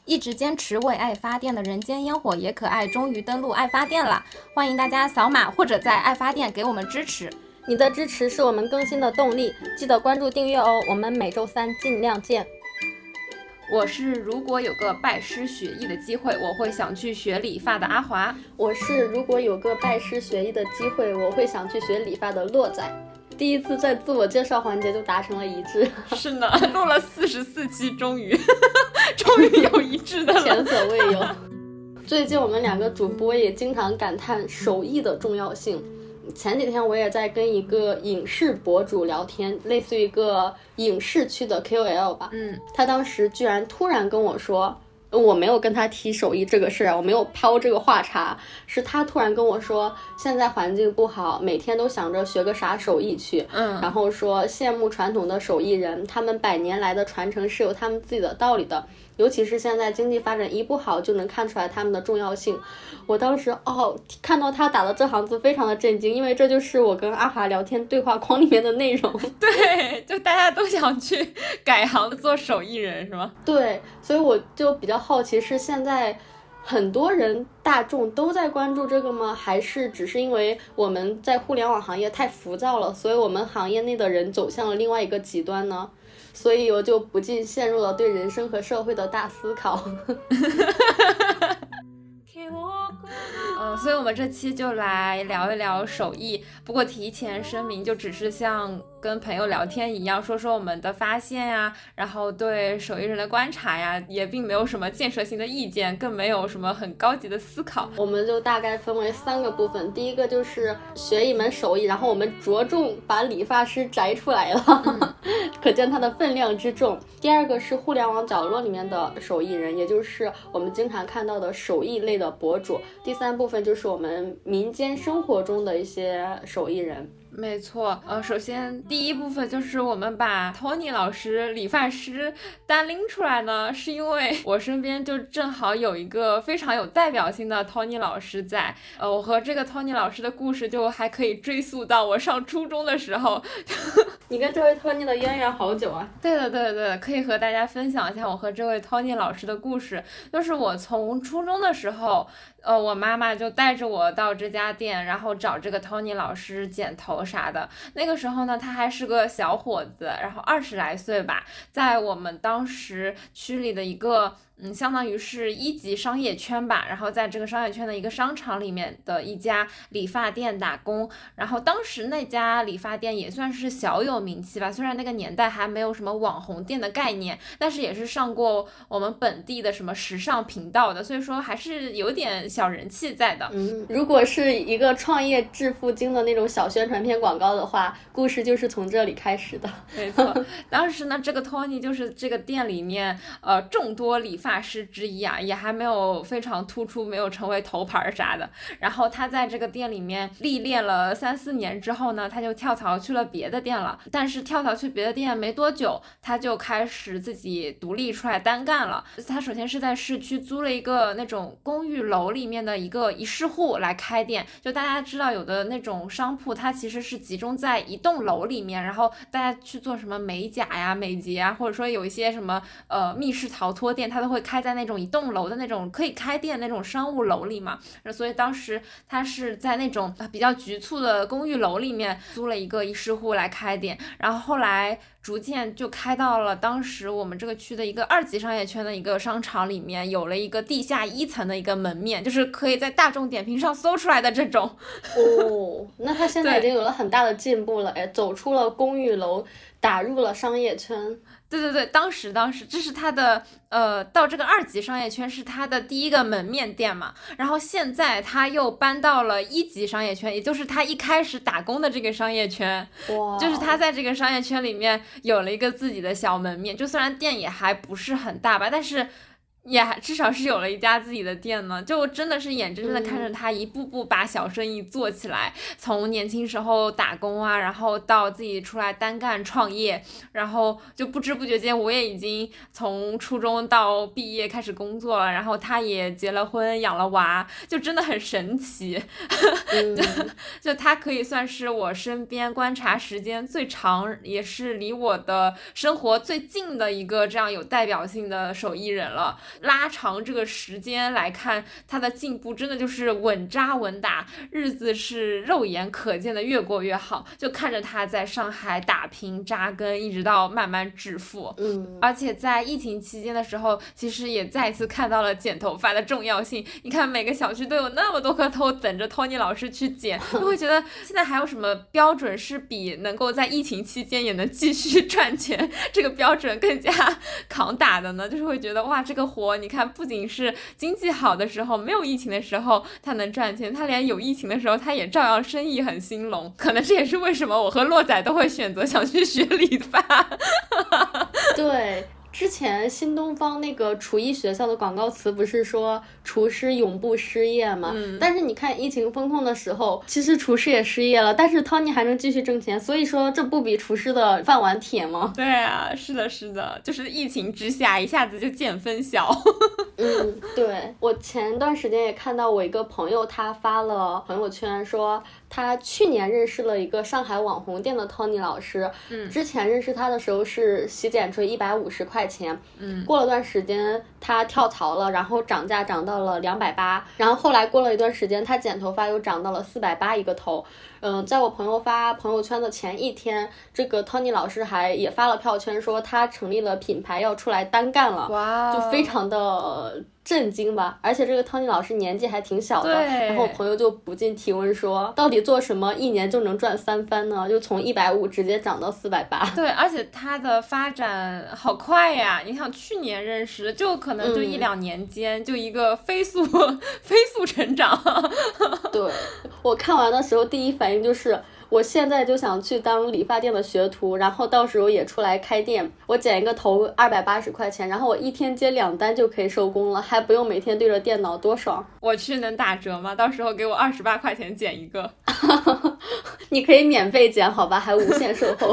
一直坚持为爱发电的人间烟火也可爱终于登陆爱发电了，欢迎大家扫码或者在爱发电给我们支持。 你的支持是我们更新的动力，记得关注订阅哦，我们每周三尽量见。 我是如果有个拜师学艺的机会，我会想去学理发的阿华。 我是如果有个拜师学艺的机会，我会想去学理发的洛仔。第一次在自我介绍环节就达成了一致。 是呢，录了44期，终于有一致的了， 前所未有。最近我们两个主播也经常感叹手艺的重要性。前几天我也在跟一个影视博主聊天，类似于一个影视区的 KOL 吧。他当时居然突然跟我说，我没有跟他提手艺这个事儿，我没有抛这个话茬，是他突然跟我说，现在环境不好，每天都想着学个啥手艺去。然后说羡慕传统的手艺人，他们100年来的传承是有他们自己的道理的，尤其是现在经济发展一不好，就能看出来他们的重要性。我当时看到他打的这行字非常的震惊，因为这就是我跟阿华聊天对话框里面的内容。 对，就大家都想去改行做手艺人是吗？ 对，所以我就比较好奇，是现在很多人大众都在关注这个吗？还是只是因为我们在互联网行业太浮躁了，所以我们行业内的人走向了另外一个极端呢？所以我就不禁陷入了对人生和社会的大思考。 所以我们这期就来聊一聊手艺，不过提前声明，就只是像跟朋友聊天一样，说说我们的发现呀，然后对手艺人的观察呀，也并没有什么建设性的意见，更没有什么很高级的思考。 我们就大概分为3个部分，第一个就是学一门手艺，然后我们着重把理发师摘出来了，可见它的分量之重。第二个是互联网角落里面的手艺人，也就是我们经常看到的手艺类的博主。第3部分就是我们民间生活中的一些手艺人。 没错，首先第一部分就是我们把 Tony 老师理发师单拎出来呢，是因为我身边就正好有一个非常有代表性的 Tony 老师在，我和这个 Tony 老师的故事就还可以追溯到我上初中的时候。 你跟这位 Tony 的渊源好久啊。 对的，可以和大家分享一下我和这位 Tony 老师的故事。就是我从初中的时候，我妈妈就带着我到这家店，然后找这个 Tony 老师剪头啥的。那个时候呢，他还是个小伙子，然后20来岁吧，在我们当时区里的一个相当于是1级商业圈吧，然后在这个商业圈的一个商场里面的一家理发店打工。然后当时那家理发店也算是小有名气吧，虽然那个年代还没有什么网红店的概念，但是也是上过我们本地的什么时尚频道的，所以说还是有点小人气在的。 如果是一个创业致富经的那种小宣传片广告的话，故事就是从这里开始的。 没错，当时呢，这个 Tony 就是这个店里面众多理发师之一啊，也还没有非常突出，没有成为头牌啥的。然后他在这个店里面历练了3-4年之后呢，他就跳槽去了别的店了。但是跳槽去别的店没多久，他就开始自己独立出来单干了。他首先是在市区租了一个那种公寓楼里面的一个一室户来开店。就大家知道有的那种商铺，它其实是集中在一栋楼里面，然后大家去做什么美甲呀、美睫啊，或者说有一些什么密室逃脱店，它都会开在那种一栋楼的那种可以开店那种商务楼里嘛。所以当时他是在那种比较局促的公寓楼里面租了一个一室户来开店，然后后来逐渐就开到了当时我们这个区的一个2级商业圈的一个商场里面，有了一个地下1层的一个门面，就是可以在大众点评上搜出来的这种。 那他现在已经有了很大的进步了，走出了公寓楼，打入了商业圈。 对，当时这是他的到这个2级商业圈是他的第一个门面店嘛，然后现在他又搬到了1级商业圈，也就是他一开始打工的这个商业圈。就是他在这个商业圈里面有了一个自己的小门面，就虽然店也还不是很大吧，但是也至少是有了一家自己的店呢。就真的是眼睁睁的看着他一步步把小生意做起来，从年轻时候打工啊，然后到自己出来单干创业，然后就不知不觉间我也已经从初中到毕业开始工作了，然后他也结了婚养了娃，就真的很神奇。就他可以算是我身边观察时间最长，也是离我的生活最近的一个这样有代表性的手艺人了。 拉长这个时间来看，他的进步真的就是稳扎稳打，日子是肉眼可见的越过越好，就看着他在上海打拼扎根，一直到慢慢致富。而且在疫情期间的时候，其实也再次看到了剪头发的重要性。你看每个小区都有那么多颗头等着 Tony 老师去剪，就会觉得现在还有什么标准是比能够在疫情期间也能继续赚钱这个标准更加扛打的呢？就是会觉得哇，这个活你看不仅是经济好的时候，没有疫情的时候他能赚钱，他连有疫情的时候他也照样生意很兴隆。可能这也是为什么我和洛仔都会选择想去学理发。 对，之前新东方那个厨艺学校的广告词不是说厨师永不失业吗？但是你看疫情封控的时候，其实厨师也失业了，但是 Tony 还能继续挣钱，所以说这不比厨师的饭碗铁吗？ 对啊，是的，是的，就是疫情之下一下子就见分晓。 对，我前段时间也看到我一个朋友，他发了朋友圈说他去年认识了一个上海网红店的 Tony 老师，之前认识他的时候是洗剪吹150块钱，过了段时间他跳槽了，然后涨价涨到了280，然后后来过了一段时间他剪头发又涨到了480一个头。在我朋友发朋友圈的前一天，这个 Tony 老师也发了票圈说他成立了品牌要出来单干了，就非常的震惊吧。而且这个 Tony 老师年纪还挺小的，然后我朋友就不禁提问说，到底做什么一年就能赚3番呢？就从150直接涨到480。 对，而且他的发展好快呀！你想去年认识，就可能就1-2年间，就一个飞速成长。 对，我看完的时候第一反应就是我现在就想去当理发店的学徒，然后到时候也出来开店，我剪一个头280块钱，然后我一天接2单就可以收工了，还不用每天对着电脑，多爽。 我去能打折吗？到时候给我28块钱剪一个。 你可以免费剪好吧，还无限售后。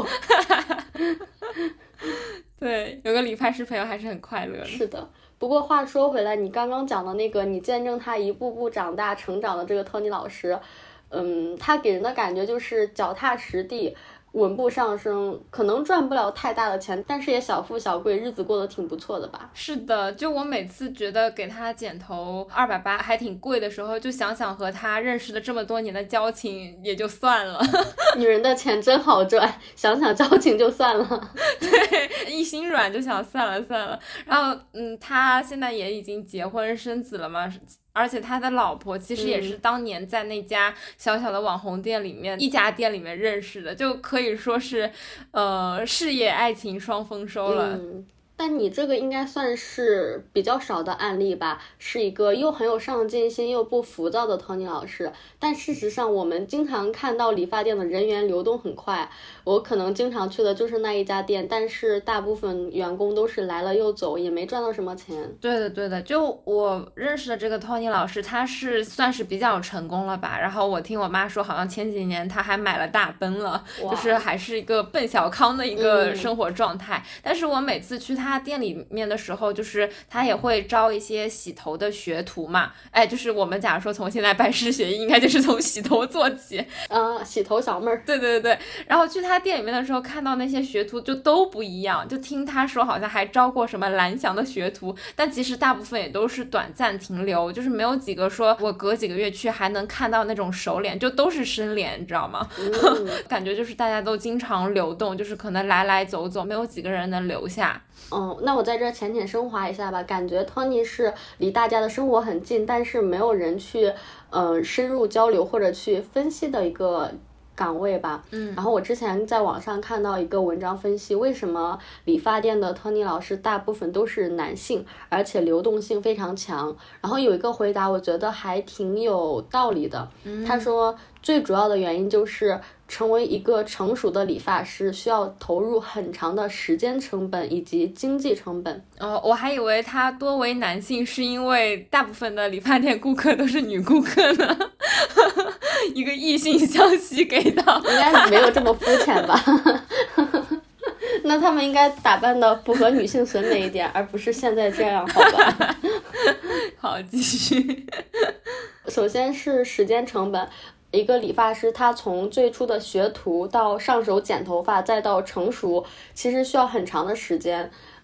对，有个理发师朋友还是很快乐的。 是的，不过话说回来，你刚刚讲的那个你见证他一步步长大成长的这个 Tony 老师，他给人的感觉就是脚踏实地，稳步上升，可能赚不了太大的钱，但是也小富小贵，日子过得挺不错的吧。 是的，就我每次觉得给他剪头280还挺贵的时候，就想想和他认识了这么多年的交情也就算了。 女人的钱真好赚，想想交情就算了。 对，一心软就想算了。然后他现在也已经结婚生子了嘛，而且他的老婆其实也是当年在那家小小的网红店里面，一家店里面认识的，就可以说是事业爱情双丰收了。 但你这个应该算是比较少的案例吧，是一个又很有上进心又不浮躁的 Tony 老师。但事实上我们经常看到理发店的人员流动很快，我可能经常去的就是那一家店，但是大部分员工都是来了又走，也没赚到什么钱。 对的，就我认识的这个 Tony 老师，他是算是比较成功了吧。然后我听我妈说，好像前几年他还买了大奔了，就是还是一个奔小康的一个生活状态。但是我每次去他店里面的时候，就是他也会招一些洗头的学徒嘛，就是我们假如说从现在拜师学艺，应该就是从洗头做起， 洗头小妹儿。 对，然后去他店里面的时候，看到那些学徒就都不一样，就听他说好像还招过什么蓝翔的学徒，但其实大部分也都是短暂停留，就是没有几个说我隔几个月去还能看到那种熟脸，就都是生脸，你知道吗？感觉就是大家都经常流动，就是可能来来走走，没有几个人能留下。 那我在这浅浅升华一下吧，感觉 Tony 是离大家的生活很近，但是没有人去深入交流或者去分析的一个岗位吧。然后我之前在网上看到一个文章分析为什么理发店的 Tony 老师大部分都是男性，而且流动性非常强。然后有一个回答我觉得还挺有道理的，他说最主要的原因就是成为一个成熟的理发师需要投入很长的时间成本以及经济成本。 我还以为他多为男性是因为大部分的理发店顾客都是女顾客呢。一个异性相吸给到， 应该没有这么肤浅吧。那他们应该打扮的符合女性审美一点，而不是现在这样，好吧？ 好，继续。 首先是时间成本，一个理发师他从最初的学徒到上手剪头发再到成熟，其实需要很长的时间。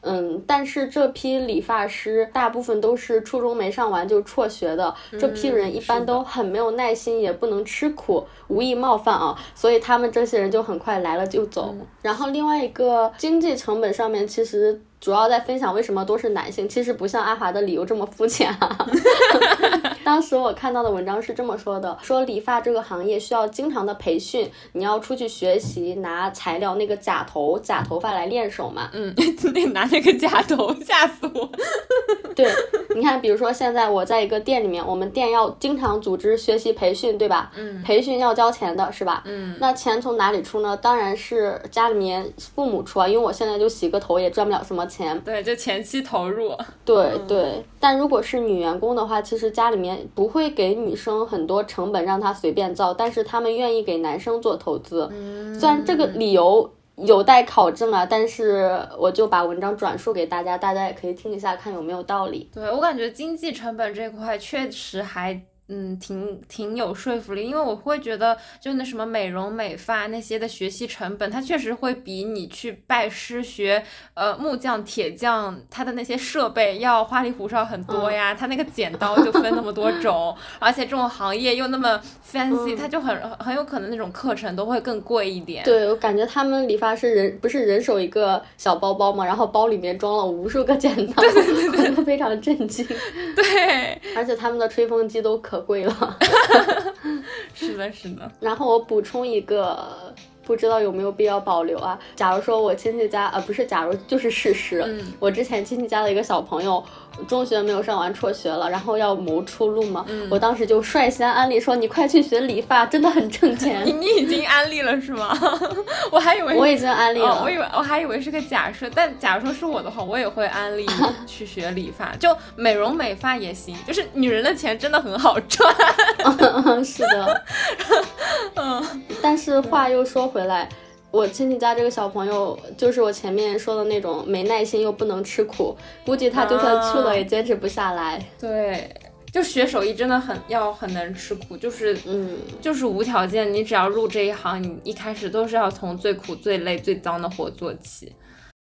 但是这批理发师大部分都是初中没上完就辍学的，这批人一般都很没有耐心，也不能吃苦，无意冒犯啊，所以他们这些人就很快来了就走。然后另外一个经济成本上面，其实主要在分享为什么都是男性，其实不像阿华的理由这么肤浅啊。当时我看到的文章是这么说的，说理发这个行业需要经常的培训，你要出去学习，拿材料那个假头发来练手嘛。 拿那个假头吓死我。 对，你看比如说现在我在一个店里面，我们店要经常组织学习培训，对吧？培训要交钱的是吧？那钱从哪里出呢？当然是家里面父母出啊，因为我现在就洗个头也赚不了什么钱。 对，就前期投入。 对，但如果是女员工的话，其实家里面不会给女生很多成本让她随便造，但是他们愿意给男生做投资。虽然这个理由有待考证啊，但是我就把文章转述给大家，大家也可以听一下看有没有道理。 对，我感觉经济成本这块确实还挺有说服力，因为我会觉得就那什么美容美发那些的学习成本，它确实会比你去拜师学木匠铁匠它的那些设备要花里胡哨很多呀，它那个剪刀就分那么多种，而且这种行业又那么 fancy，它就很有可能那种课程都会更贵一点。 对，我感觉他们理发师不是人手一个小包包嘛，然后包里面装了无数个剪刀，对，非常震惊。 对， 而且他们的吹风机都可贵了。 是的。 然后我补充一个，不知道有没有必要保留啊？假如说我亲戚家不是假如就是事实，我之前亲戚家的一个小朋友中学没有上完辍学了，然后要谋出路嘛，我当时就率先安利说你快去学理发，真的很挣钱。 你已经安利了是吗？我还以为我已经安利了， 我还以为是个假设，但假如说是我的话，我也会安利去学理发，就美容美发也行，就是女人的钱真的很好赚。 是的。但是话又说回来，我亲戚家这个小朋友就是我前面说的那种没耐心又不能吃苦，估计他就算去了也坚持不下来。 对，就学手艺真的很能吃苦，就是无条件，你只要入这一行，你一开始都是要从最苦最累最脏的活做起。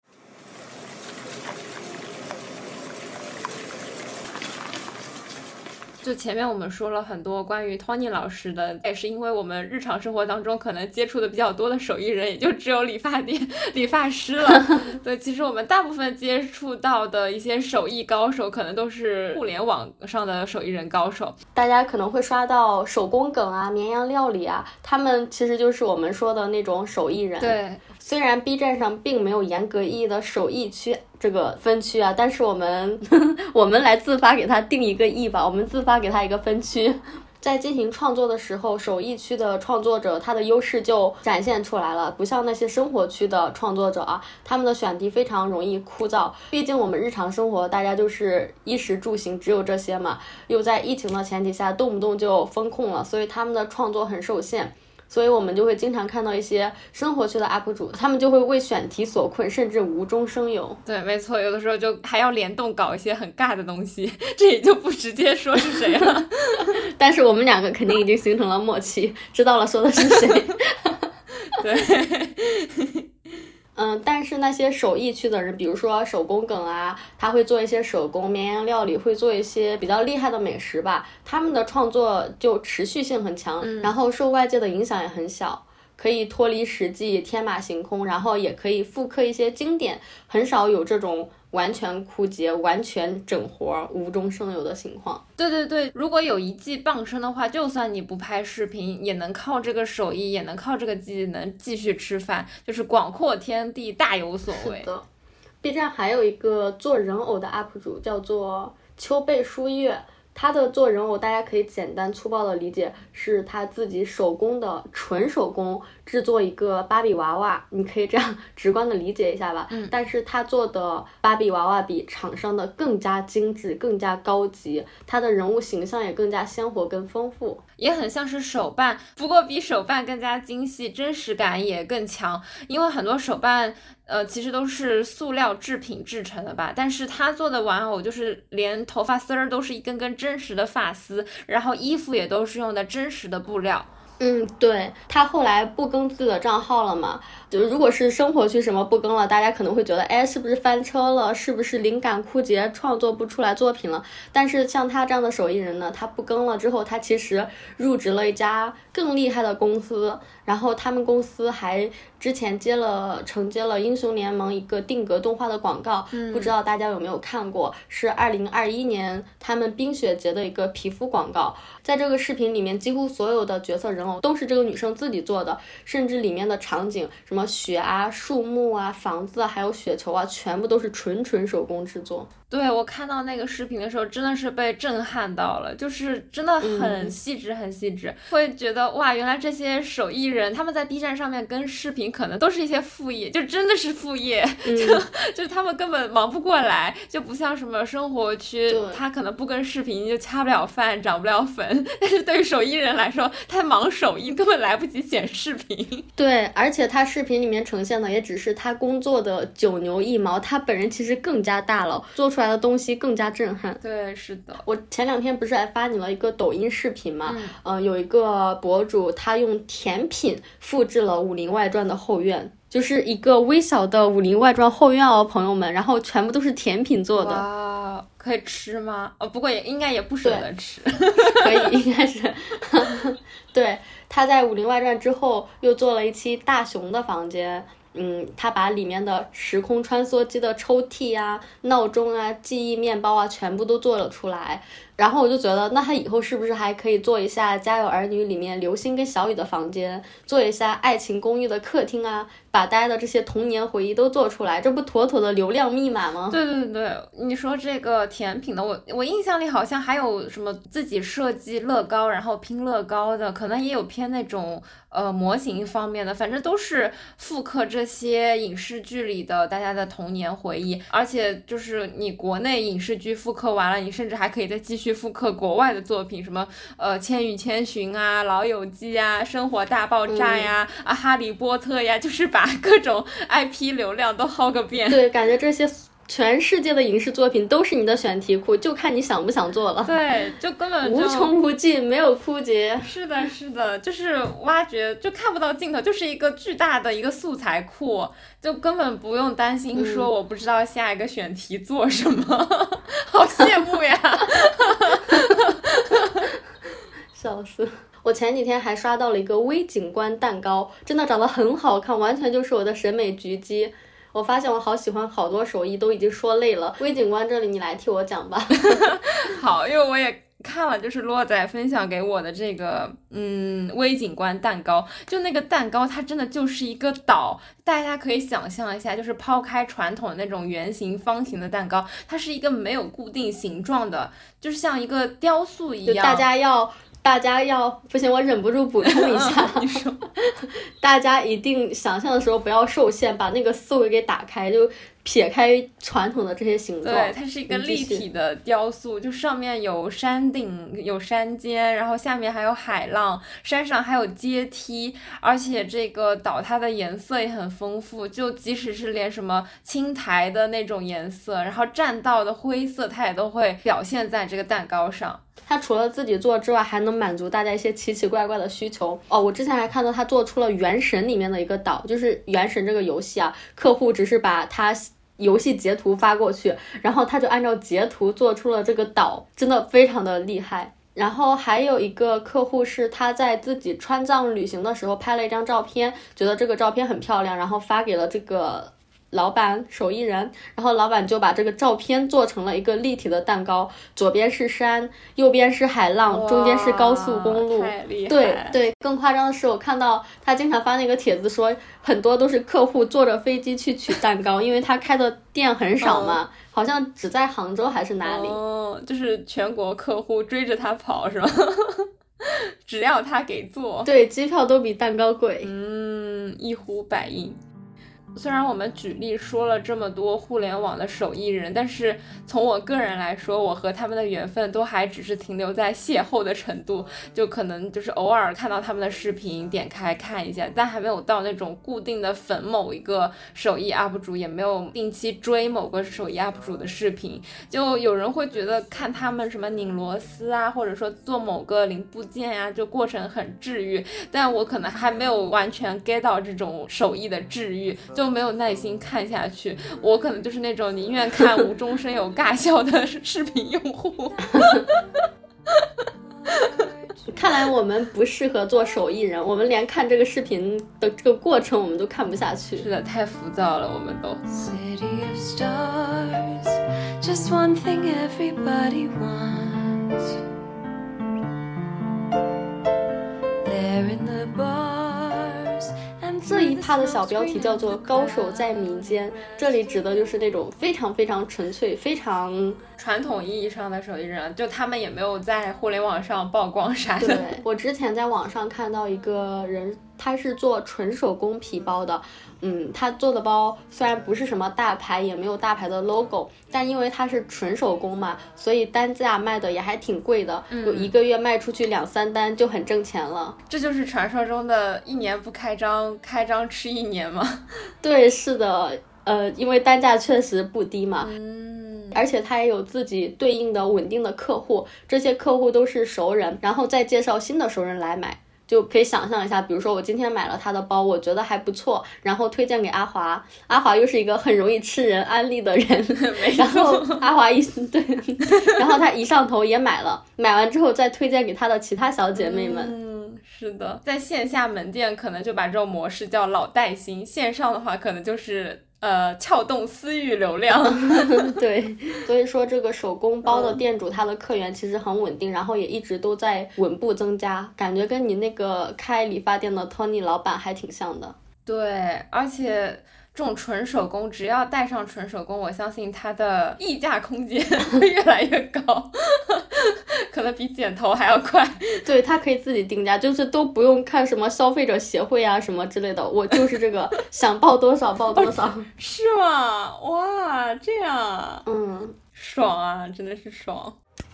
就前面我们说了很多关于 Tony 老师的，也是因为我们日常生活当中可能接触的比较多的手艺人也就只有理发店理发师了。对，其实我们大部分接触到的一些手艺高手可能都是互联网上的手艺人高手， 大家可能会刷到手工梗啊、绵阳料理啊，他们其实就是我们说的那种手艺人。 对， 虽然 B 站上并没有严格意义的手艺区这个分区啊，但是我们来自发给它定一个义吧，我们自发给它一个分区。在进行创作的时候，手艺区的创作者他的优势就展现出来了，不像那些生活区的创作者啊，他们的选题非常容易枯燥，毕竟我们日常生活大家就是衣食住行只有这些嘛，又在疫情的前提下动不动就封控了，所以他们的创作很受限。所以我们就会经常看到一些生活区的 UP 主，他们就会为选题所困，甚至无中生有。 对，没错，有的时候就还要联动搞一些很尬的东西，这里就不直接说是谁了。 但是我们两个肯定已经形成了默契，知道了说的是谁。 对。 但是那些手艺区的人，比如说手工梗啊，他会做一些手工绵阳料理，会做一些比较厉害的美食吧，他们的创作就持续性很强，然后受外界的影响也很小，可以脱离实际天马行空，然后也可以复刻一些经典，很少有这种完全枯竭、完全整活、无中生有的情况。 对，如果有一技傍身的话，就算你不拍视频，也能靠这个手艺，也能靠这个技能继续吃饭，就是广阔天地，大有所为。 是的。B 站还有一个做人偶的 UP 主叫做秋贝书月，他的做人偶大家可以简单粗暴的理解是他自己手工的纯手工制作一个芭比娃娃，你可以这样直观的理解一下吧。但是他做的芭比娃娃比厂商的更加精致，更加高级，他的人物形象也更加鲜活跟丰富， 也很像是手办，不过比手办更加精细，真实感也更强。因为很多手办其实都是塑料制品制成的吧，但是他做的玩偶就是连头发丝儿都是一根根真实的发丝，然后衣服也都是用的真实的布料。 对，他后来不更自己的账号了嘛，就如果是生活区什么不更了，大家可能会觉得，哎，是不是翻车了？是不是灵感枯竭，创作不出来作品了？但是像他这样的手艺人呢，他不更了之后，他其实入职了一家更厉害的公司，然后他们公司还之前承接了英雄联盟一个定格动画的广告，不知道大家有没有看过，是2021年他们冰雪节的一个皮肤广告。在这个视频里面，几乎所有的角色人偶都是这个女生自己做的，甚至里面的场景，什么雪啊、树木啊、房子啊，还有雪球啊，全部都是纯手工制作。 对，我看到那个视频的时候真的是被震撼到了，就是真的很细致很细致，会觉得哇，原来这些手艺人他们在 B 站上面跟视频可能都是一些副业，就真的是副业，就他们根本忙不过来，就不像什么生活区，他可能不跟视频就掐不了饭长不了粉，但是对于手艺人来说，他忙手艺根本来不及剪视频。 对，而且他视频里面呈现的也只是他工作的9牛1毛，他本人其实更加大了，做出来的东西更加震撼。 对，是的。 我前2天不是还发你了一个抖音视频嘛，有一个博主他用甜品复制了《武林外传》的后院，就是一个微小的《武林外传》后院哦，朋友们，然后全部都是甜品做的。 哇，可以吃吗？不过应该也不舍得吃。 可以，应该是。对，他在《武林外传》之后又做了一期大雄的房间。他把里面的时空穿梭机的抽屉啊、闹钟啊、记忆面包啊全部都做了出来，然后我就觉得那他以后是不是还可以做一下《家有儿女》里面刘星跟小雨的房间，做一下《爱情公寓》的客厅啊，把大家的这些童年回忆都做出来，这不妥妥的流量密码吗？ 对对对，你说这个甜品的，我印象里好像还有什么自己设计乐高然后拼乐高的，可能也有偏那种模型方面的，反正都是复刻这些影视剧里的大家的童年回忆。而且就是你国内影视剧复刻完了，你甚至还可以再继续复刻国外的作品，什么千与千寻啊、老友记啊、生活大爆炸呀、哈利波特呀，就是把各种 IP 流量都薅个遍。 对，感觉这些全世界的影视作品都是你的选题库，就看你想不想做了。 对，就根本无穷无尽，没有枯竭。 是的，是的，就是挖掘，就看不到尽头，就是一个巨大的一个素材库，就根本不用担心说我不知道下一个选题做什么，好羡慕呀！ 笑死。我前几天还刷到了一个微景观蛋糕，真的长得很好看，完全就是我的审美狙击。我发现我好喜欢好多手艺，都已经说累了。微景观这里你来替我讲吧。 好，因为我也看了，就是洛仔分享给我的这个微景观蛋糕，就那个蛋糕它真的就是一个岛，大家可以想象一下，就是抛开传统的那种圆形方形的蛋糕，它是一个没有固定形状的，就是像一个雕塑一样。 就大家要不行，我忍不住补充一下。 你说， 大家一定想象的时候不要受限，把那个思维给打开，就撇开传统的这些形状。 对，它是一个立体的雕塑，就上面有山顶，有山尖，然后下面还有海浪，山上还有阶梯，而且这个岛它的颜色也很丰富，就即使是连什么青苔的那种颜色，然后栈道的灰色，它也都会表现在这个蛋糕上。 他除了自己做之外，还能满足大家一些奇奇怪怪的需求哦。我之前还看到他做出了《原神》里面的一个岛，就是《原神》这个游戏啊，客户只是把他游戏截图发过去，然后他就按照截图做出了这个岛，真的非常的厉害。然后还有一个客户是他在自己川藏旅行的时候拍了一张照片，觉得这个照片很漂亮，然后发给了这个老板手艺人，然后老板就把这个照片做成了一个立体的蛋糕，左边是山，右边是海浪，中间是高速公路。 太厉害。 对，更夸张的是我看到他经常发那个帖子说很多都是客户坐着飞机去取蛋糕，因为他开的店很少嘛，好像只在杭州还是哪里。 就是全国客户追着他跑是吗？只要他给做。 对，机票都比蛋糕贵。 一呼百应。 虽然我们举例说了这么多互联网的手艺人，但是从我个人来说，我和他们的缘分都还只是停留在邂逅的程度，就可能就是偶尔看到他们的视频点开看一下，但还没有到那种固定的粉某一个手艺 UP 主，也没有定期追某个手艺 UP 主的视频。就有人会觉得看他们什么拧螺丝啊，或者说做某个零部件啊，就过程很治愈，但我可能还没有完全 get 到这种手艺的治愈，就没有耐心看下去。我可能就是那种宁愿看无中生有尬笑的视频用户。 看来我们不适合做手艺人，我们连看这个视频的这个过程我们都看不下去。 是的，太浮躁了，我们都。 City of stars, just one thing everybody wants. There in the bars. 这一趴的小标题叫做高手在民间，这里指的就是那种非常非常纯粹非常传统意义上的手艺人，就他们也没有在互联网上曝光啥的。 对，我之前在网上看到一个人，他是做纯手工皮包的，他做的包虽然不是什么大牌，也没有大牌的 logo， 但因为它是纯手工嘛，所以单价卖的也还挺贵的，有一个月卖出去2-3单就很挣钱了。 这就是传说中的一年不开张，开张吃一年吗？ 对，是的，因为单价确实不低嘛。而且他也有自己对应的稳定的客户，这些客户都是熟人，然后再介绍新的熟人来买。就可以想象一下，比如说我今天买了他的包，我觉得还不错，然后推荐给阿华，阿华又是一个很容易吃人安利的人，然后阿华对，然后他一上头也买了，买完之后再推荐给他的其他小姐妹们。 是的，在线下门店可能就把这种模式叫老带新，线上的话可能就是撬动私域流量。 对，所以说这个手工包的店主他的客源其实很稳定，然后也一直都在稳步增加，感觉跟你那个开理发店的 Tony 老板还挺像的。 对，而且这种纯手工，只要带上纯手工，我相信它的溢价空间会越来越高，可能比剪头还要快。 对，它可以自己定价，就是都不用看什么消费者协会啊什么之类的，我就是这个想报多少报多少。 是吗？哇，这样，爽啊，真的是爽。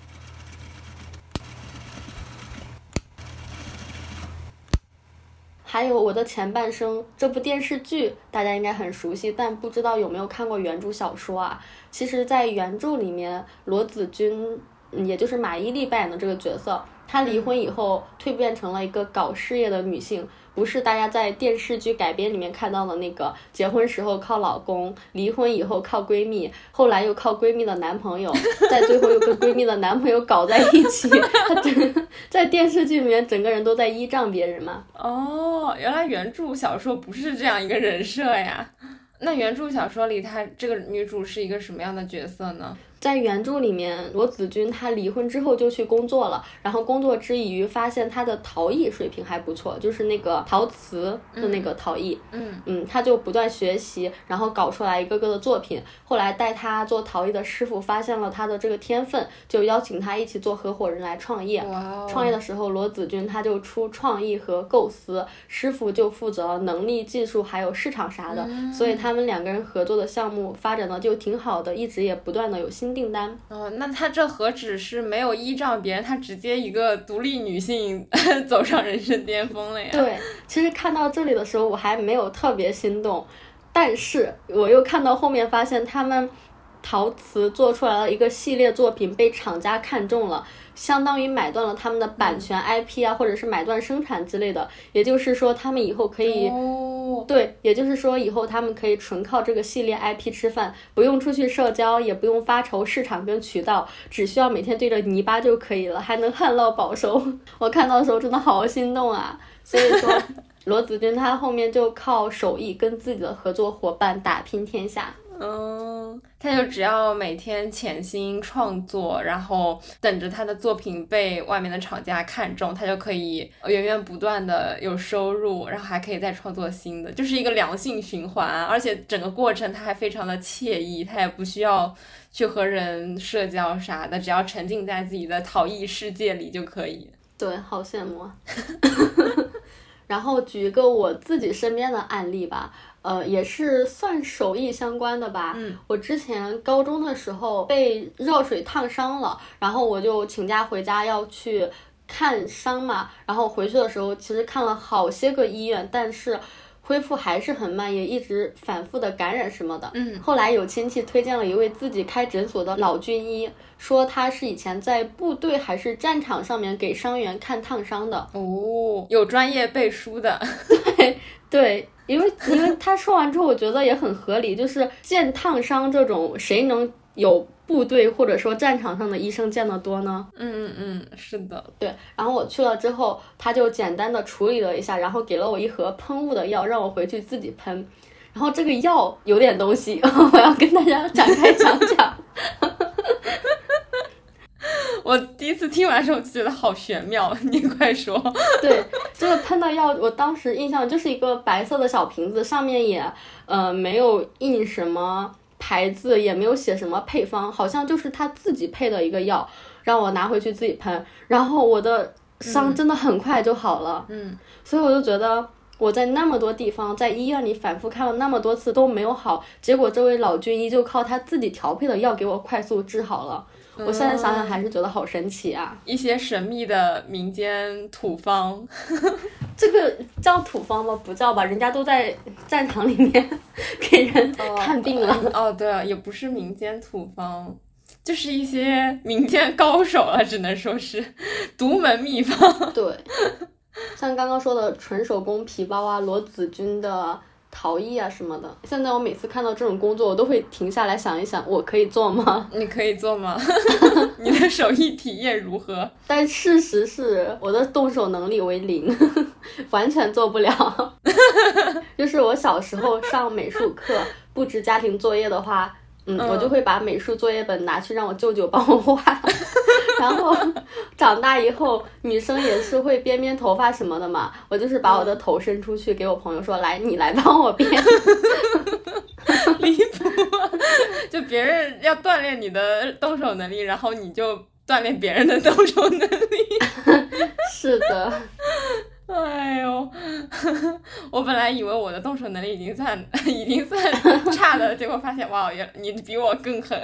还有我的前半生这部电视剧大家应该很熟悉，但不知道有没有看过原著小说啊。其实在原著里面，罗子君也就是马伊琍扮演的这个角色，她离婚以后蜕变成了一个搞事业的女性，不是大家在电视剧改编里面看到的那个结婚时候靠老公，离婚以后靠闺蜜，后来又靠闺蜜的男朋友，再最后又跟闺蜜的男朋友搞在一起。她在电视剧里面整个人都在依仗别人嘛。 哦，原来原著小说不是这样一个人设呀。那原著小说里她这个女主是一个什么样的角色呢？ 在原著里面，罗子君她离婚之后就去工作了，然后工作之余发现她的陶艺水平还不错，就是那个陶瓷的那个陶艺，她就不断学习，然后搞出来一个个的作品。后来带她做陶艺的师傅发现了她的这个天分，就邀请她一起做合伙人来创业。创业的时候，罗子君她就出创意和构思，师傅就负责能力、技术还有市场啥的，所以他们2个人合作的项目发展的就挺好的，一直也不断的有新订单。 那她这何止是没有依仗别人，她直接一个独立女性走上人生巅峰了呀。 对，其实看到这里的时候我还没有特别心动，但是我又看到后面发现他们陶瓷做出来了一个系列作品被厂家看中了，相当于买断了他们的版权 IP 啊，或者是买断生产之类的，也就是说他们以后可以对，也就是说以后他们可以纯靠这个系列 IP 吃饭，不用出去社交，也不用发愁市场跟渠道，只需要每天对着泥巴就可以了，还能旱涝保收。我看到的时候真的好心动啊。所以说罗子君他后面就靠手艺跟自己的合作伙伴打拼天下。 他就只要每天潜心创作，然后等着他的作品被外面的厂家看中，他就可以源源不断的有收入，然后还可以再创作新的，就是一个良性循环。而且整个过程他还非常的惬意，他也不需要去和人社交啥的，只要沉浸在自己的陶艺世界里就可以。 对，好羡慕啊。然后举一个我自己身边的案例吧， 也是算手艺相关的吧。我之前高中的时候被热水烫伤了，然后我就请假回家要去看伤嘛，然后回去的时候其实看了好些个医院，但是恢复还是很慢，也一直反复的感染什么的。后来有亲戚推荐了一位自己开诊所的老军医，说他是以前在部队还是战场上面给伤员看烫伤的。 哦，有专业背书的。 对，因为他说完之后我觉得也很合理，就是见烫伤这种谁能有部队或者说战场上的医生见得多呢？ 是的。 对，然后我去了之后，他就简单的处理了一下，然后给了我一盒喷雾的药，让我回去自己喷。然后这个药有点东西，我要跟大家展开讲讲。 我第一次听完之后就觉得好玄妙，你快说。 对，这个喷的药，我当时印象就是一个白色的小瓶子，上面也没有印什么牌子，也没有写什么配方，好像就是他自己配的一个药，让我拿回去自己喷，然后我的伤真的很快就好了。所以我就觉得我在那么多地方，在医院里反复看了那么多次都没有好，结果这位老军医就靠他自己调配的药给我快速治好了。我现在想想还是觉得好神奇啊！ 一些神秘的民间土方。 这个叫土方吗？不叫吧，人家都在战场里面给人看病了。 对啊，也不是民间土方，就是一些民间高手了，只能说是独门秘方。 对，像刚刚说的纯手工皮包啊，罗子君的陶艺啊什么的，现在我每次看到这种工作，我都会停下来想一想，我可以做吗？ 你可以做吗？你的手艺体验如何？ 但事实是我的动手能力为零，完全做不了。就是我小时候上美术课布置家庭作业的话，我就会把美术作业本拿去让我舅舅帮我画。然后长大以后，女生也是会编编头发什么的嘛，我就是把我的头伸出去给我朋友说，来，你来帮我编。 离谱。就别人要锻炼你的动手能力，然后你就锻炼别人的动手能力。 是的。 哎呦，我本来以为我的动手能力已经算差的，结果发现哇，你比我更狠。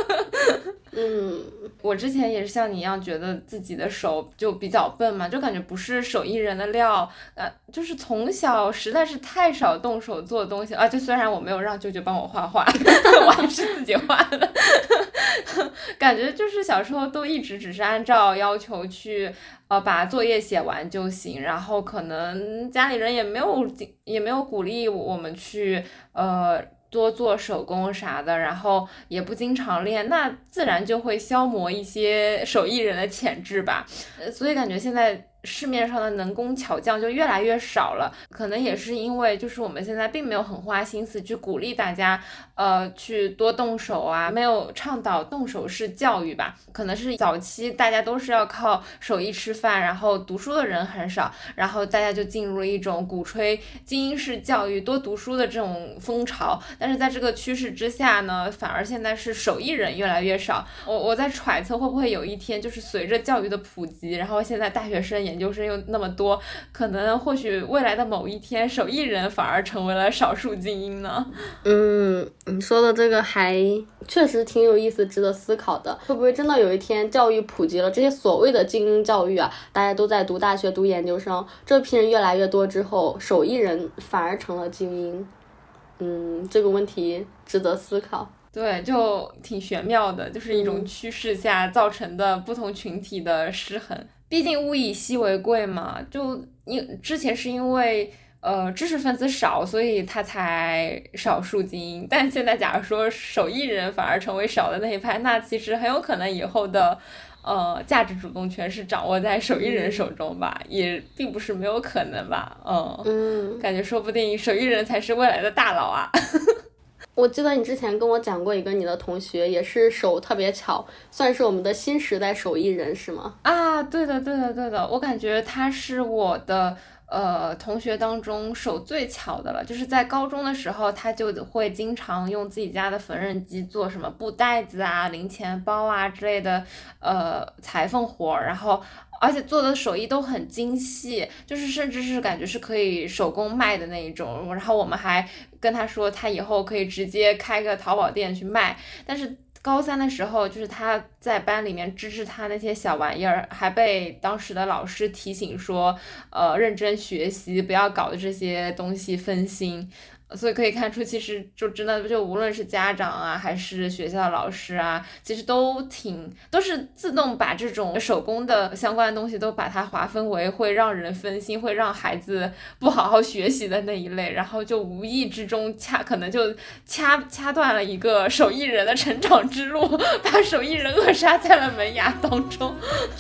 我之前也是像你一样觉得自己的手就比较笨嘛，就感觉不是手艺人的料，就是从小实在是太少动手做东西啊。就虽然我没有让舅舅帮我画画，我还是自己画的。感觉就是小时候都一直只是按照要求去把作业写完就行，然后可能家里人也没有鼓励我们去多做手工啥的，然后也不经常练，那自然就会消磨一些手艺人的潜质吧。所以感觉现在市面上的能工巧匠就越来越少了，可能也是因为就是我们现在并没有很花心思去鼓励大家去多动手啊，没有倡导动手式教育吧。可能是早期大家都是要靠手艺吃饭，然后读书的人很少，然后大家就进入了一种鼓吹精英式教育多读书的这种风潮。但是在这个趋势之下呢，反而现在是手艺人越来越少。我在揣测会不会有一天就是随着教育的普及，然后现在大学生研究生又那么多，可能或许未来的某一天手艺人反而成为了少数精英呢。 你说的这个还确实挺有意思，值得思考的。会不会真的有一天教育普及了，这些所谓的精英教育啊，大家都在读大学读研究生，这批人越来越多之后，手艺人反而成了精英？这个问题值得思考。 对，就挺玄妙的，就是一种趋势下造成的不同群体的失衡。毕竟物以稀为贵嘛，就之前是因为知识分子少，所以他才少数精英。但现在假如说手艺人反而成为少的那一派，那其实很有可能以后的价值主动权是掌握在手艺人手中吧，也并不是没有可能吧。感觉说不定手艺人才是未来的大佬啊。 我记得你之前跟我讲过一个你的同学也是手特别巧，算是我们的新时代手艺人是吗？ 对的，我感觉他是我的同学当中手最巧的了，就是在高中的时候，他就会经常用自己家的缝纫机做什么布袋子啊、零钱包啊之类的裁缝活，然后而且做的手艺都很精细，就是甚至是感觉是可以手工卖的那一种。然后我们还跟他说，他以后可以直接开个淘宝店去卖，但是高三的时候，就是他在班里面支持他那些小玩意儿，还被当时的老师提醒说，认真学习，不要搞的这些东西分心。所以可以看出，其实就真的就无论是家长啊，还是学校的老师啊，其实都是自动把这种手工的相关的东西都把它划分为会让人分心、会让孩子不好好学习的那一类，然后就无意之中可能就掐断了一个手艺人的成长之路，把手艺人扼杀在了萌芽当中。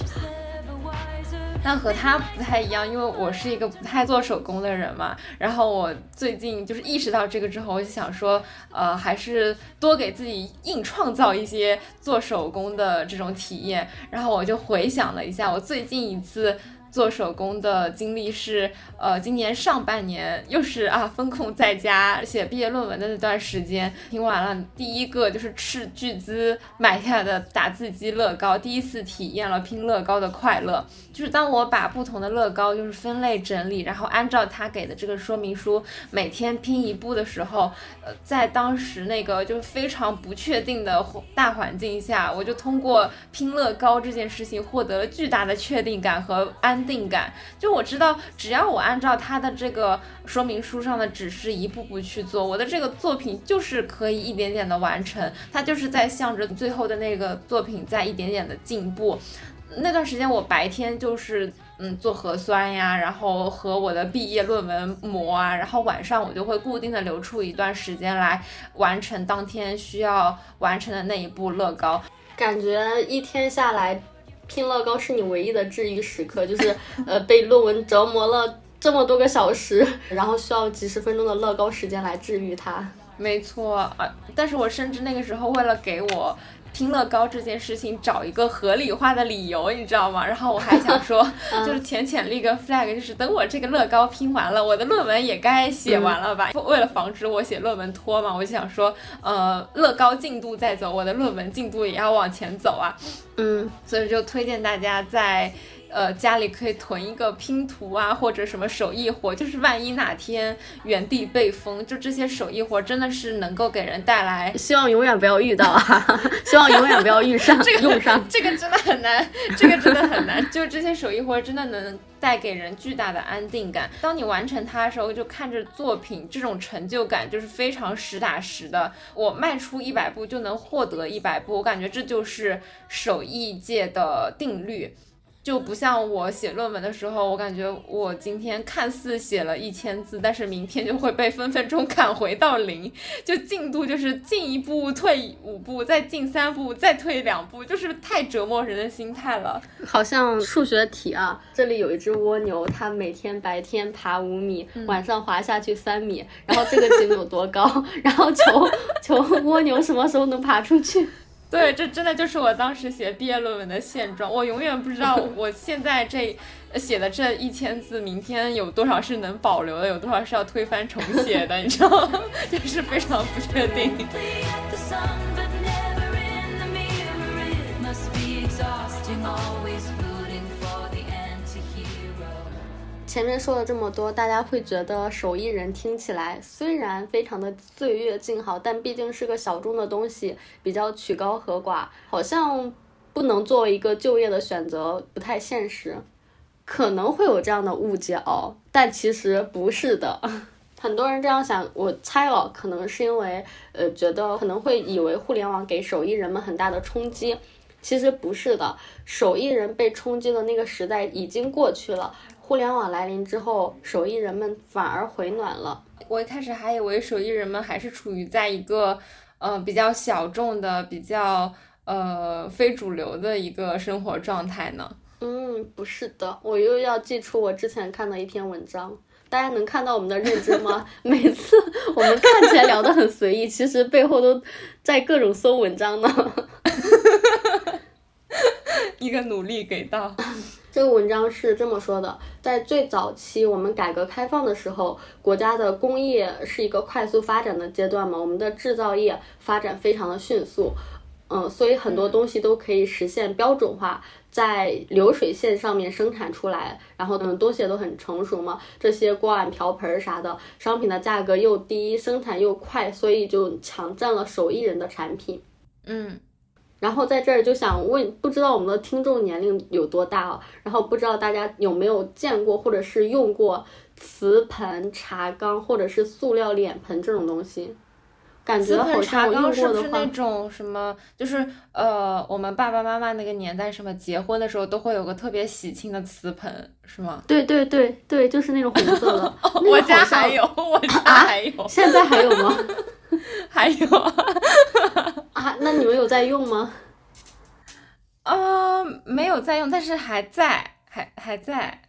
但和他不太一样，因为我是一个不太做手工的人嘛，然后我最近就是意识到这个之后，我就想说，还是多给自己硬创造一些做手工的这种体验。然后我就回想了一下，我最近一次做手工的经历是，今年上半年又是封控在家写毕业论文的那段时间，听完了第一个就是斥巨资买下的打字机乐高，第一次体验了拼乐高的快乐。就是当我把不同的乐高就是分类整理，然后按照他给的这个说明书每天拼一步的时候，在当时那个就是非常不确定的大环境下，我就通过拼乐高这件事情获得了巨大的确定感和安定感。就我知道，只要我按照他的这个说明书上的指示一步步去做，我的这个作品就是可以一点点的完成，它就是在向着最后的那个作品在一点点的进步。那段时间我白天就是做核酸呀，然后和我的毕业论文磨啊，然后晚上我就会固定的留出一段时间来完成当天需要完成的那一步乐高。 感觉一天下来拼乐高是你唯一的治愈时刻，就是被论文折磨了这么多个小时，然后需要几十分钟的乐高时间来治愈它。 没错但是我甚至那个时候为了给我拼乐高这件事情找一个合理化的理由，你知道吗？然后我还想说就是浅立个 flag， 就是等我这个乐高拼完了，我的论文也该写完了吧。为了防止我写论文拖嘛，我就想说乐高进度在走，我的论文进度也要往前走啊。所以就推荐大家在家里可以囤一个拼图啊，或者什么手艺活，就是万一哪天原地被封，就这些手艺活真的是能够给人带来， 希望永远不要遇到希望永远不要遇上用上这个真的很难，这个真的很难就这些手艺活真的能带给人巨大的安定感。当你完成它的时候，就看着作品，这种成就感就是非常实打实的。我迈出100步就能获得100步，我感觉这就是手艺界的定律。就不像我写论文的时候，我感觉我今天看似写了1000字，但是明天就会被分分钟砍回到0，就进度就是进1步退5步，再进3步再退2步，就是太折磨人的心态了。 好像数学题啊，这里有一只蜗牛，它每天白天爬5米，晚上滑下去3米，然后这个井有多高，然后求蜗牛什么时候能爬出去。 对，这真的就是我当时写毕业论文的现状。我永远不知道我现在写的这1000字，明天有多少是能保留的，有多少是要推翻重写的，你知道吗？就是非常不确定。 前面说了这么多，大家会觉得手艺人听起来虽然非常的岁月静好，但毕竟是个小众的东西，比较曲高和寡，好像不能作为一个就业的选择，不太现实。可能会有这样的误解哦，但其实不是的。很多人这样想，我猜了，可能是因为觉得可能会以为互联网给手艺人们很大的冲击。其实不是的，手艺人被冲击的那个时代已经过去了，互联网来临之后，手艺人们反而回暖了。 我一开始还以为手艺人们还是处于在一个比较小众的、比较非主流的一个生活状态呢。 不是的，我又要寄出我之前看的一篇文章。大家能看到我们的认真吗？每次我们看起来聊得很随意，其实背后都在各种搜文章呢。 一个努力给到。 这个文章是这么说的： 在最早期我们改革开放的时候，国家的工业是一个快速发展的阶段嘛，我们的制造业发展非常的迅速，所以很多东西都可以实现标准化，在流水线上面生产出来，然后东西也都很成熟嘛，这些锅碗瓢盆啥的，商品的价格又低，生产又快，所以就抢占了手艺人的产品。然后在这儿就想问，不知道我们的听众年龄有多大哦，然后不知道大家有没有见过或者是用过瓷盆、茶缸或者是塑料脸盆这种东西。感觉好像我用过的话， 瓷盆茶缸是不是那种什么，就是我们爸爸妈妈那个年代，什么结婚的时候都会有个特别喜庆的瓷盆，是吗？ 对对对对，就是那种红色的。 我家还有，我家还有。 现在还有吗？ 还有。 那你们有在用吗？ 没有在用，但是还在，还在。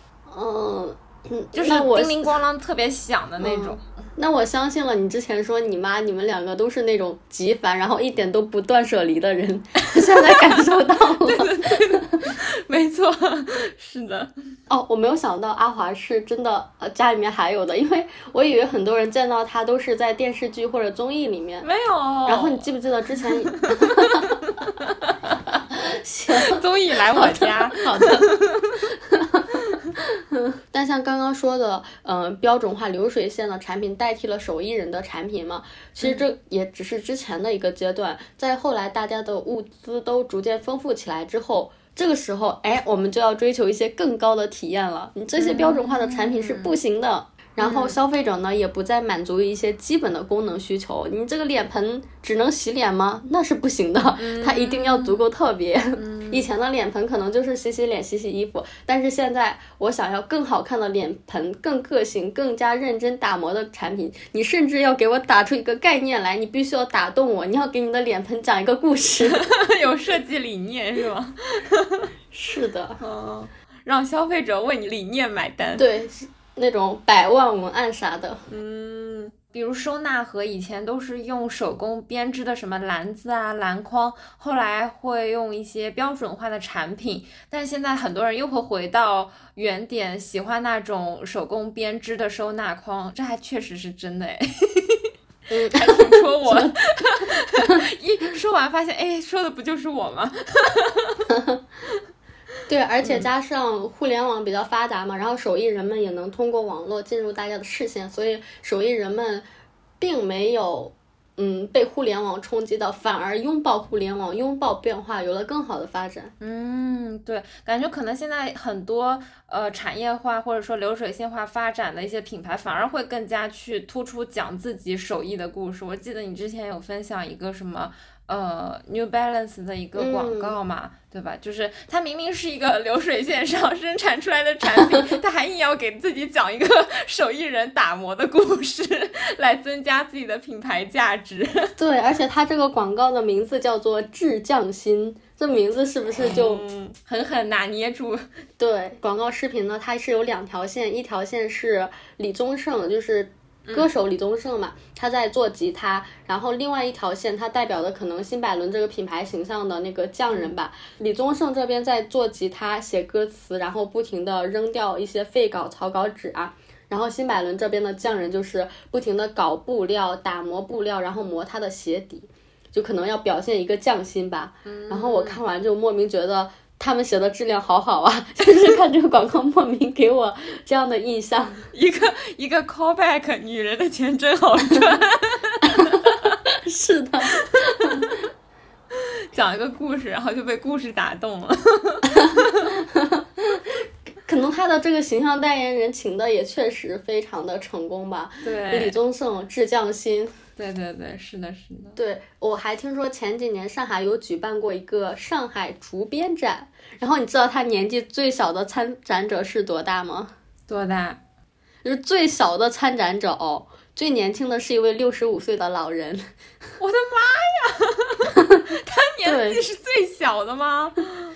就是叮铃咣啷特别响的那种。 那我相信了，你之前说你妈你们两个都是那种极烦然后一点都不断舍离的人，现在感受到了。 对，没错，是的。 我没有想到阿华是真的家里面还有的，因为我以为很多人见到他都是在电视剧或者综艺里面。 没有。 然后你记不记得之前行， 综艺来我家。 好的。但像刚刚说的，标准化流水线的产品代替了手艺人的产品嘛，其实这也只是之前的一个阶段，在后来大家的物资都逐渐丰富起来之后，这个时候我们就要追求一些更高的体验了，你这些标准化的产品是不行的。然后消费者呢也不再满足于一些基本的功能需求，你这个脸盆只能洗脸吗？那是不行的，它一定要足够特别。以前的脸盆可能就是洗洗脸洗洗衣服，但是现在我想要更好看的脸盆，更个性更加认真打磨的产品，你甚至要给我打出一个概念来，你必须要打动我，你要给你的脸盆讲一个故事。 有设计理念是吗？ 是的。 让消费者为你理念买单。 对，那种百万文案啥的。 比如收纳盒以前都是用手工编织的什么篮子啊篮筐，后来会用一些标准化的产品，但是现在很多人又会回到原点，喜欢那种手工编织的收纳筐，这还确实是真的。还挺戳我。一说完发现说的不就是我吗？ 对，而且加上互联网比较发达嘛，然后手艺人们也能通过网络进入大家的视线，所以手艺人们并没有被互联网冲击到，反而拥抱互联网，拥抱变化，有了更好的发展。 对，感觉可能现在很多产业化或者说流水线化发展的一些品牌，反而会更加去突出讲自己手艺的故事。我记得你之前有分享一个什么New Balance 的一个广告嘛，对吧？就是它明明是一个流水线上生产出来的产品，它还硬要给自己讲一个手艺人打磨的故事，来增加自己的品牌价值。 对，而且它这个广告的名字叫做制匠心，这名字是不是就狠狠拿捏住？ 对，广告视频呢，它是有2条线，一条线是李宗盛，就是歌手李宗盛嘛，他在做吉他，然后另外一条线他代表的可能新百伦这个品牌形象的那个匠人吧。李宗盛这边在做吉他写歌词，然后不停的扔掉一些废稿草稿纸啊，然后新百伦这边的匠人就是不停的搞布料，打磨布料，然后磨他的鞋底，就可能要表现一个匠心吧。然后我看完就莫名觉得他们写的质量好好啊，就是看这个广告莫名给我这样的印象。 一个 callback， 女人的钱真好赚。 是的。 讲一个故事，然后就被故事打动了。 可能他的这个形象代言人请的也确实非常的成功吧。 对， 李宗盛制匠心。 对对对，是的是的。 对，我还听说前几年上海有举办过一个上海竹编展，然后你知道他年纪最小的参展者是多大吗？ 多大？ 就是最小的参展者最年轻的是一位65岁的老人。 我的妈呀！他年纪是最小的吗？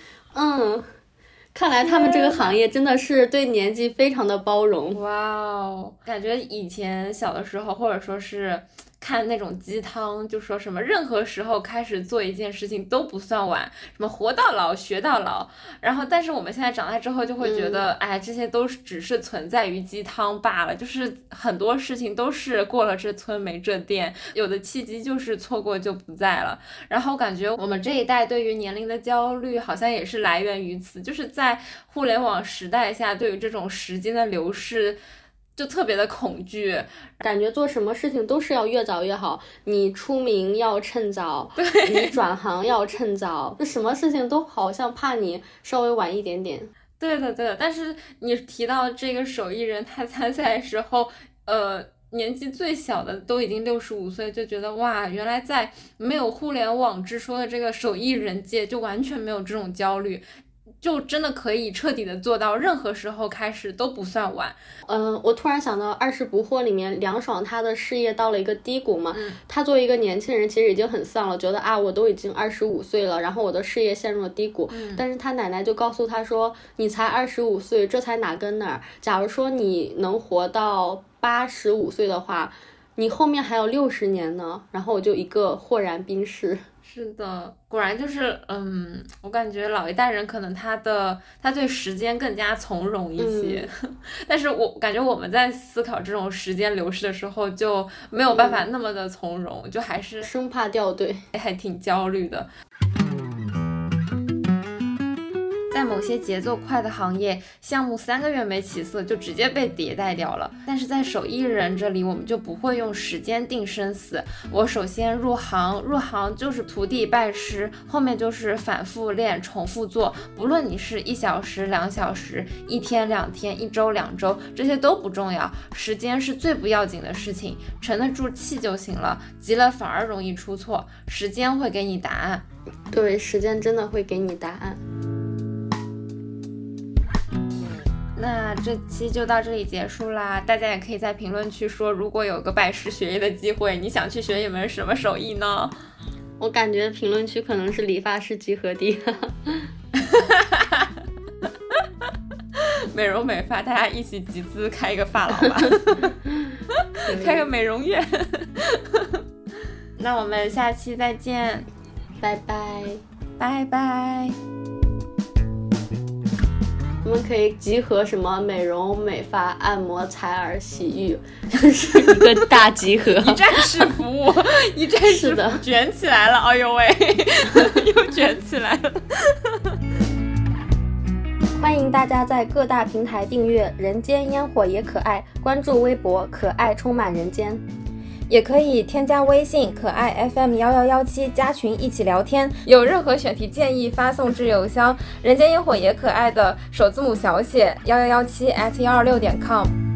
看来他们这个行业真的是对年纪非常的包容。 哇哦，感觉以前小的时候，或者说是看那种鸡汤，就说什么任何时候开始做一件事情都不算晚，什么活到老学到老。然后但是我们现在长大之后就会觉得，哎，这些都只是存在于鸡汤罢了，就是很多事情都是过了这村没这店，有的契机就是错过就不在了。然后感觉我们这一代对于年龄的焦虑好像也是来源于此，就是在互联网时代下，对于这种时间的流逝就特别的恐惧， 感觉做什么事情都是要越早越好，你出名要趁早，你转行要趁早，就什么事情都好像怕你稍微晚一点点。 对的，但是你提到这个手艺人，他参赛的时候，年纪最小的都已经65岁，就觉得哇，原来在没有互联网之说的这个手艺人界，就完全没有这种焦虑。就真的可以彻底的做到任何时候开始都不算晚。 我突然想到《20不惑》里面梁爽他的事业到了一个低谷嘛，他作为一个年轻人其实已经很丧了，觉得啊我都已经25岁了，然后我的事业陷入了低谷，但是他奶奶就告诉他说，你才25岁，这才哪跟哪儿，假如说你能活到85岁的话，你后面还有60年呢。然后我就一个豁然冰释。 是的，果然就是我感觉老一代人可能他对时间更加从容一些，但是我感觉我们在思考这种时间流逝的时候就没有办法那么的从容，就还是生怕掉队， 还挺焦虑的。在某些节奏快的行业，项目3个月没起色就直接被迭代掉了，但是在手艺人这里，我们就不会用时间定生死。我首先入行就是徒弟拜师，后面就是反复练，重复做，不论你是1小时、2小时、1天、2天、1周、2周，这些都不重要，时间是最不要紧的事情，沉得住气就行了，急了反而容易出错，时间会给你答案。 对，时间真的会给你答案。 那这期就到这里结束啦，大家也可以在评论区说，如果有个拜师学艺的机会，你想去学一门什么手艺呢？ 我感觉评论区可能是理发师集合地。 美容美发，大家一起集资开一个发廊吧。开个美容院。那我们下期再见， 拜拜， 拜拜。 我们可以集合什么美容、美发、按摩、采耳、洗浴，就是一个大集合。 一站式服务，一站式服务卷起来了，哎呦喂，又卷起来了。 欢迎大家在各大平台订阅《人间烟火也可爱》，关注微博“可爱充满人间”。 也可以添加微信可爱 FM1117加群一起聊天，有任何选题建议发送至邮箱人间烟火也可爱的首字母小写1117@126.com。